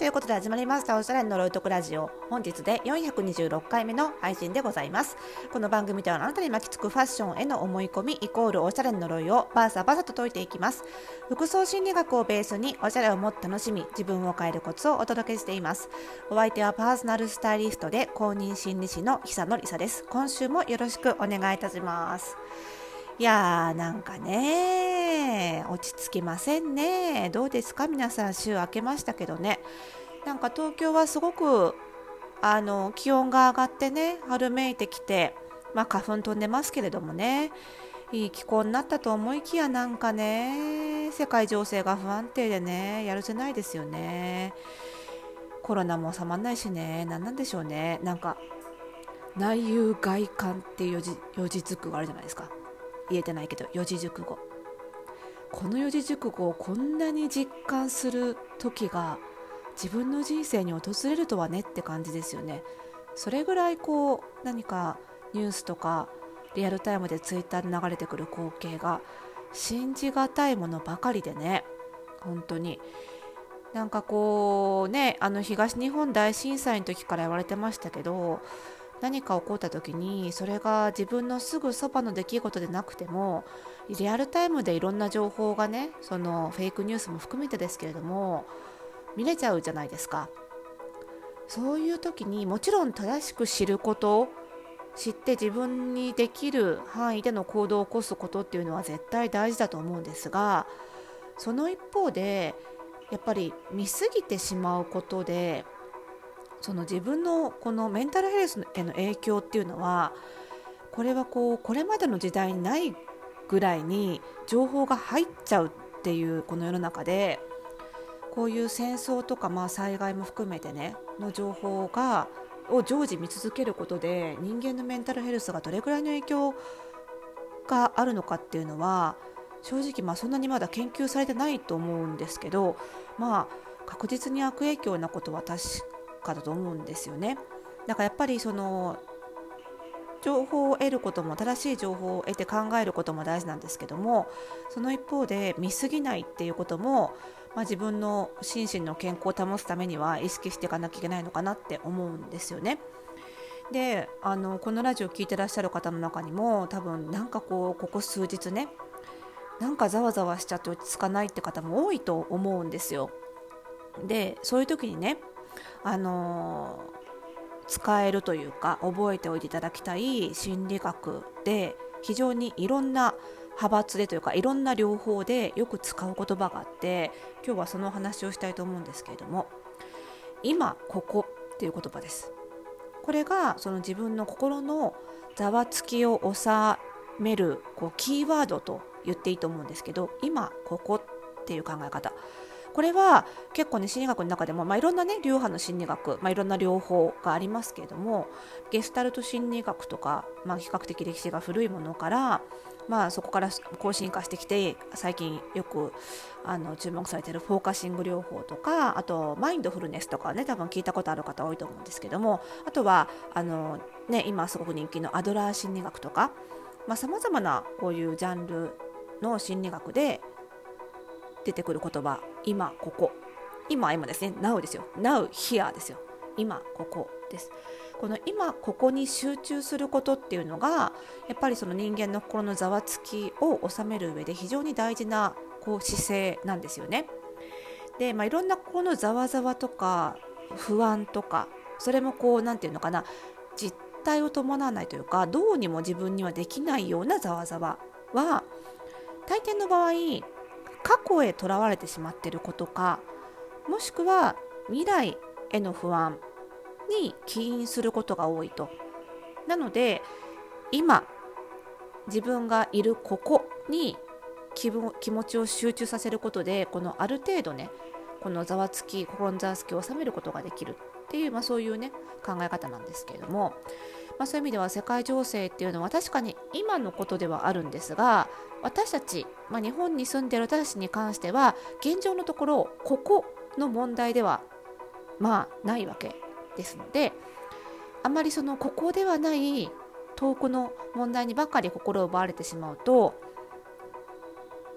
いうことで始まりましたおしゃれの呪いとくラジオ。本日で426回目の配信でございます。この番組ではあなたに巻きつくファッションへの思い込みイコールおしゃれの呪いをバーサバサと解いていきます。服装心理学をベースにおしゃれをもっと楽しみ、自分を変えるコツをお届けしています。お相手はパーソナルスタイリストで公認心理師の久野里沙です。今週もよろしくお願いいたします。いやーなんかね落ち着きませんね。どうですか皆さん、週明けましたけどね。なんか東京はすごく気温が上がってね、春めいてきて、花粉飛んでますけれどもね、いい気候になったと思いきや、なんかね世界情勢が不安定でね、やるせないですよね。コロナも収まらないしね、なんでしょうね。なんか内憂外患っていう四字熟語あるじゃないですか。言えてないけど四字熟語、この四字熟語をこんなに実感する時が自分の人生に訪れるとはねって感じですよね。それぐらい何かニュースとかリアルタイムでツイッターで流れてくる光景が信じがたいものばかりでね、本当になんか東日本大震災の時から言われてましたけど、何か起こった時にそれが自分のすぐそばの出来事でなくてもリアルタイムでいろんな情報がね、そのフェイクニュースも含めてですけれども見れちゃうじゃないですか。そういう時にもちろん正しく知ること、知って自分にできる範囲での行動を起こすことっていうのは絶対大事だと思うんですが、その一方でやっぱり見過ぎてしまうことで、その自分のこのメンタルヘルスへの影響っていうのは、これはこれまでの時代にないぐらいに情報が入っちゃうっていうこの世の中で、こういう戦争とか災害も含めてねの情報を常時見続けることで、人間のメンタルヘルスがどれくらいの影響があるのかっていうのは正直そんなにまだ研究されてないと思うんですけど、確実に悪影響なことは確かだと思うんですよね。だからやっぱりその情報を得ることも、正しい情報を得て考えることも大事なんですけども、その一方で見過ぎないっていうことも、自分の心身の健康を保つためには意識していかなきゃいけないのかなって思うんですよね。でこのラジオを聞いてらっしゃる方の中にも多分ここ数日ね、ざわざわしちゃって落ち着かないって方も多いと思うんですよ。でそういう時にね、使えるというか覚えておいていただきたい心理学で、非常にいろんな派閥でというかいろんな療法でよく使う言葉があって、今日はその話をしたいと思うんですけれども、今ここっていう言葉です。これがその自分の心のざわつきを収めるキーワードと言っていいと思うんですけど、今ここっていう考え方、これは結構ね、心理学の中でも、いろんなね流派の心理学、いろんな療法がありますけれども、ゲスタルト心理学とか、比較的歴史が古いものから、そこから更新化してきて、最近よく注目されているフォーカシング療法とか、あとマインドフルネスとかね、多分聞いたことある方多いと思うんですけども、あとは今すごく人気のアドラー心理学とか、さまざまなこういうジャンルの心理学で出てくる言葉、今ここ、今ですね、 Now ですよ、 Now here ですよ、今ここです。この今ここに集中することっていうのが、やっぱりその人間の心のざわつきを収める上で非常に大事な姿勢なんですよね。で、いろんなこのざわざわとか不安とか、それもなんていうのかな、実体を伴わないというか、どうにも自分にはできないようなざわざわは、大抵の場合過去へとらわれてしまっていることか、もしくは未来への不安に起因することが多いと。なので今自分がいるここに気持ちを集中させることで、ある程度ね、このざわつき、心のざわつきを収めることができるっていう、そういうね考え方なんですけれども、そういう意味では世界情勢っていうのは確かに今のことではあるんですが、私たち、日本に住んでいる私たちに関しては現状のところここの問題ではないわけですので、あまりそのここではない遠くの問題にばかり心を奪われてしまうと、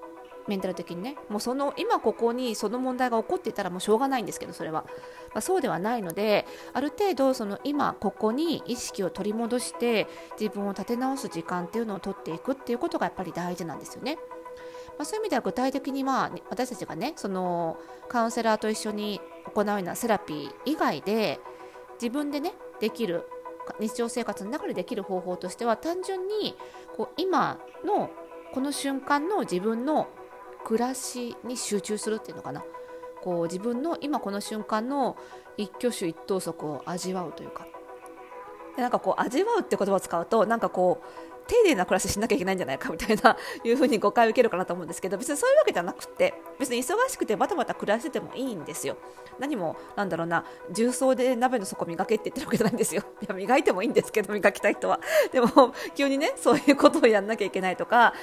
メンタル的にね、もう今ここにその問題が起こっていたらもうしょうがないんですけど、それは、そうではないので、ある程度今ここに意識を取り戻して自分を立て直す時間っていうのを取っていくっていうことがやっぱり大事なんですよね。そういう意味では具体的に私たちがねカウンセラーと一緒に行うようなセラピー以外で自分でねできる日常生活の中でできる方法としては、単純に今のこの瞬間の自分の暮らしに集中するっていうのかな。自分の今この瞬間の一挙手一投足を味わうというか、で味わうって言葉を使うと丁寧な暮らししなきゃいけないんじゃないかみたいないうふうに誤解を受けるかなと思うんですけど、別にそういうわけじゃなくて、別に忙しくてバタバタ暮らしててもいいんですよ。何も重曹で鍋の底磨けって言ってるわけじゃないんですよ。いや磨いてもいいんですけど、磨きたい人は。でも急にねそういうことをやんなきゃいけないとか、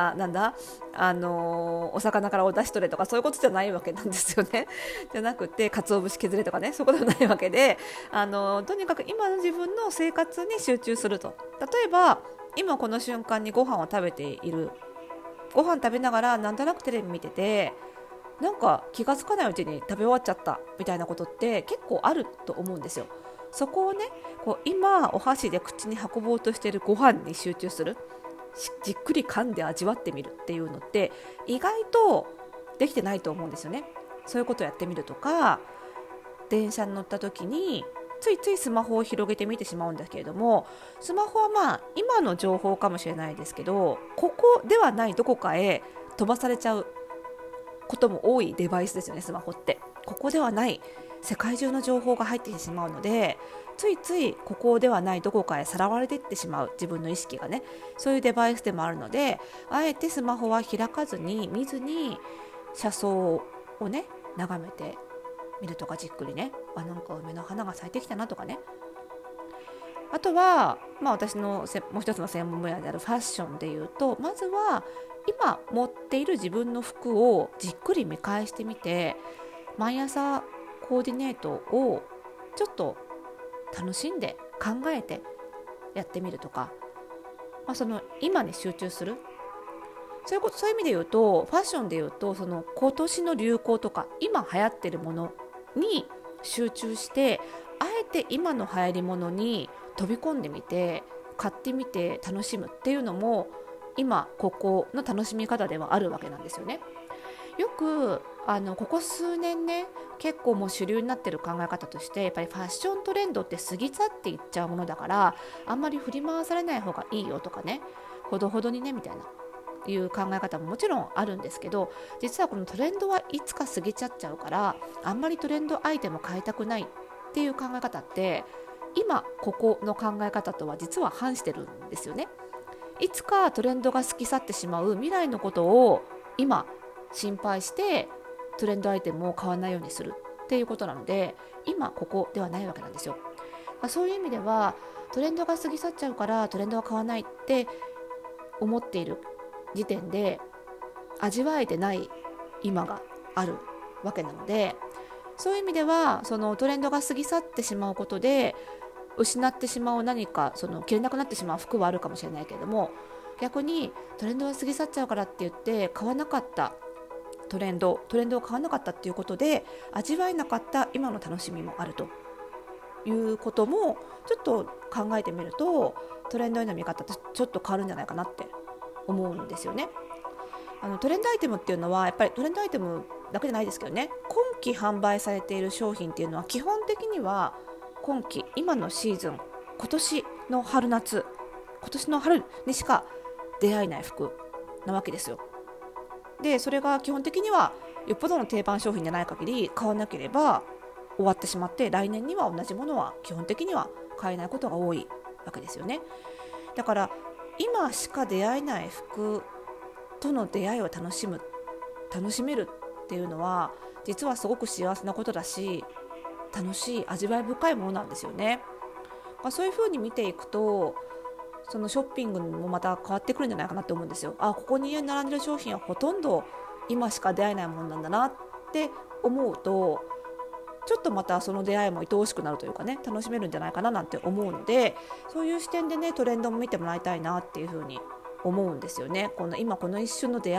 お魚からお出し取れとか、そういうことじゃないわけなんですよね。じゃなくて鰹節削れとかね、そういうことじゃないわけで、とにかく今の自分の生活に集中すると。例えば今この瞬間にご飯を食べている、ご飯食べながらなんとなくテレビ見てて、気がつかないうちに食べ終わっちゃったみたいなことって結構あると思うんですよ。そこをね今お箸で口に運ぼうとしているご飯に集中する、じっくり噛んで味わってみるっていうのって意外とできてないと思うんですよね。そういうことをやってみるとか、電車に乗った時についついスマホを広げて見てしまうんだけれども、スマホは今の情報かもしれないですけど、ここではないどこかへ飛ばされちゃうことも多いデバイスですよね。スマホってここではない世界中の情報が入ってきてしまうので、ついついここではないどこかへさらわれていってしまう自分の意識がね、そういうデバイスでもあるので、あえてスマホは開かずに見ずに車窓をね眺めて見るとか、じっくりね、梅の花が咲いてきたなとかね。あとは、私のもう一つの専門分野であるファッションでいうと、まずは今持っている自分の服をじっくり見返してみて、毎朝コーディネートをちょっと楽しんで考えてやってみるとか、今に集中する。そういう意味で言うと、ファッションで言うと今年の流行とか今流行っているものに集中して、あえて今の流行りものに飛び込んでみて買ってみて楽しむっていうのも今ここの楽しみ方ではあるわけなんですよね。よくここ数年ね結構もう主流になっている考え方として、やっぱりファッショントレンドって過ぎ去っていっちゃうものだから、あんまり振り回されない方がいいよとかね、ほどほどにねみたいないう考え方ももちろんあるんですけど、実はこのトレンドはいつか過ぎちゃっちゃうから、あんまりトレンドアイテム買いたくないっていう考え方って今ここの考え方とは実は反してるんですよね。いつかトレンドが過ぎ去ってしまう未来のことを今心配してトレンドアイテムを買わないようにするっていうことなので、今ここではないわけなんですよ。そういう意味ではトレンドが過ぎ去っちゃうからトレンドは買わないって思っている時点で味わえてない今があるわけなので、そういう意味ではトレンドが過ぎ去ってしまうことで失ってしまう何か、着れなくなってしまう服はあるかもしれないけれども、逆にトレンドが過ぎ去っちゃうからって言って買わなかったトレンドを買わなかったっていうことで味わえなかった今の楽しみもあるということもちょっと考えてみると、トレンドへの見方ってちょっと変わるんじゃないかなって思うんですよね。トレンドアイテムっていうのはやっぱりトレンドアイテムだけじゃないですけどね、今期販売されている商品っていうのは基本的には今期今のシーズン、今年の春夏、今年の春にしか出会えない服なわけですよ。でそれが基本的にはよっぽどの定番商品じゃない限り買わなければ終わってしまって、来年には同じものは基本的には買えないことが多いわけですよね。だから今しか出会えない服との出会いを楽しめるっていうのは実はすごく幸せなことだし、楽しい味わい深いものなんですよね。そういう風に見ていくとそのショッピングもまた変わってくるんじゃないかなって思うんですよ。ここに並んでる商品はほとんど今しか出会えないものなんだなって思うと、ちょっとまたその出会いも愛おしくなるというかね、楽しめるんじゃないかななんて思うので、そういう視点でねトレンドも見てもらいたいなっていうふうに思うんですよね。今この一瞬の出会いっ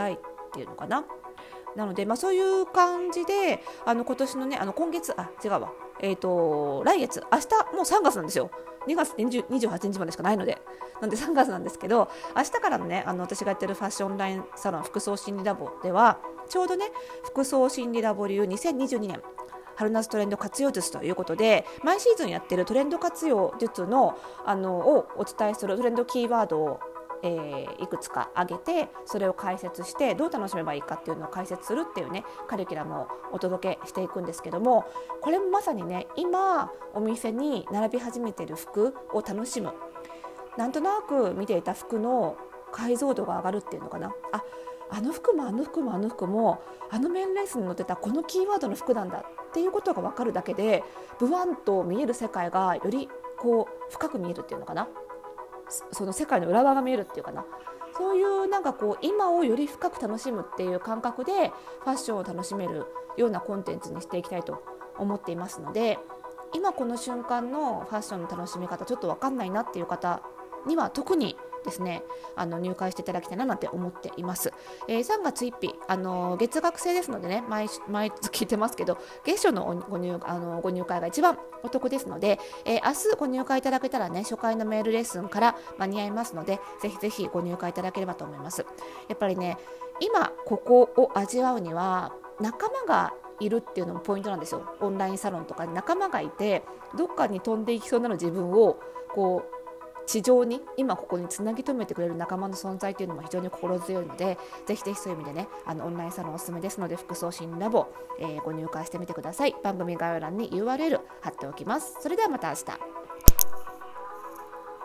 っていうのかな。なので、そういう感じで今年のね今月違うわ来月明日もう3月なんですよ。2月28日までしかないので、なんで3月なんですけど、明日からのね私がやってるファッションオンラインサロン服装心理ラボではちょうどね服装心理ラボ流2022年春夏トレンド活用術ということで、毎シーズンやってるトレンド活用術のをお伝えするトレンドキーワードをいくつか挙げて、それを解説してどう楽しめばいいかっていうのを解説するっていうねカリキュラムをお届けしていくんですけども、これもまさにね今お店に並び始めている服を楽しむ、なんとなく見ていた服の解像度が上がるっていうのかな、あの服もあの服もあの服もあのメンレースに載ってたこのキーワードの服なんだっていうことが分かるだけで、ブワンと見える世界がよりこう深く見えるっていうのかな、その世界の裏側が見えるっていうかな、そういうなんかこう今をより深く楽しむっていう感覚でファッションを楽しめるようなコンテンツにしていきたいと思っていますので、今この瞬間のファッションの楽しみ方ちょっと分かんないなっていう方には特にですね入会していただきたいななんて思っています。3月1日月額制ですのでね、毎月言ってますけど月初のご入会が一番お得ですので、明日ご入会いただけたらね初回のメールレッスンから間に合いますので、ぜひぜひご入会いただければと思います。やっぱりね今ここを味わうには仲間がいるっていうのもポイントなんですよ。オンラインサロンとかに仲間がいてどっかに飛んでいきそうなの自分をこう地上に今ここにつなぎ止めてくれる仲間の存在というのも非常に心強いので、ぜひぜひそういう意味でねオンラインサロンおすすめですので、服装心理ラボ、ご入会してみてください。番組概要欄に URL 貼っておきます。それではまた明日。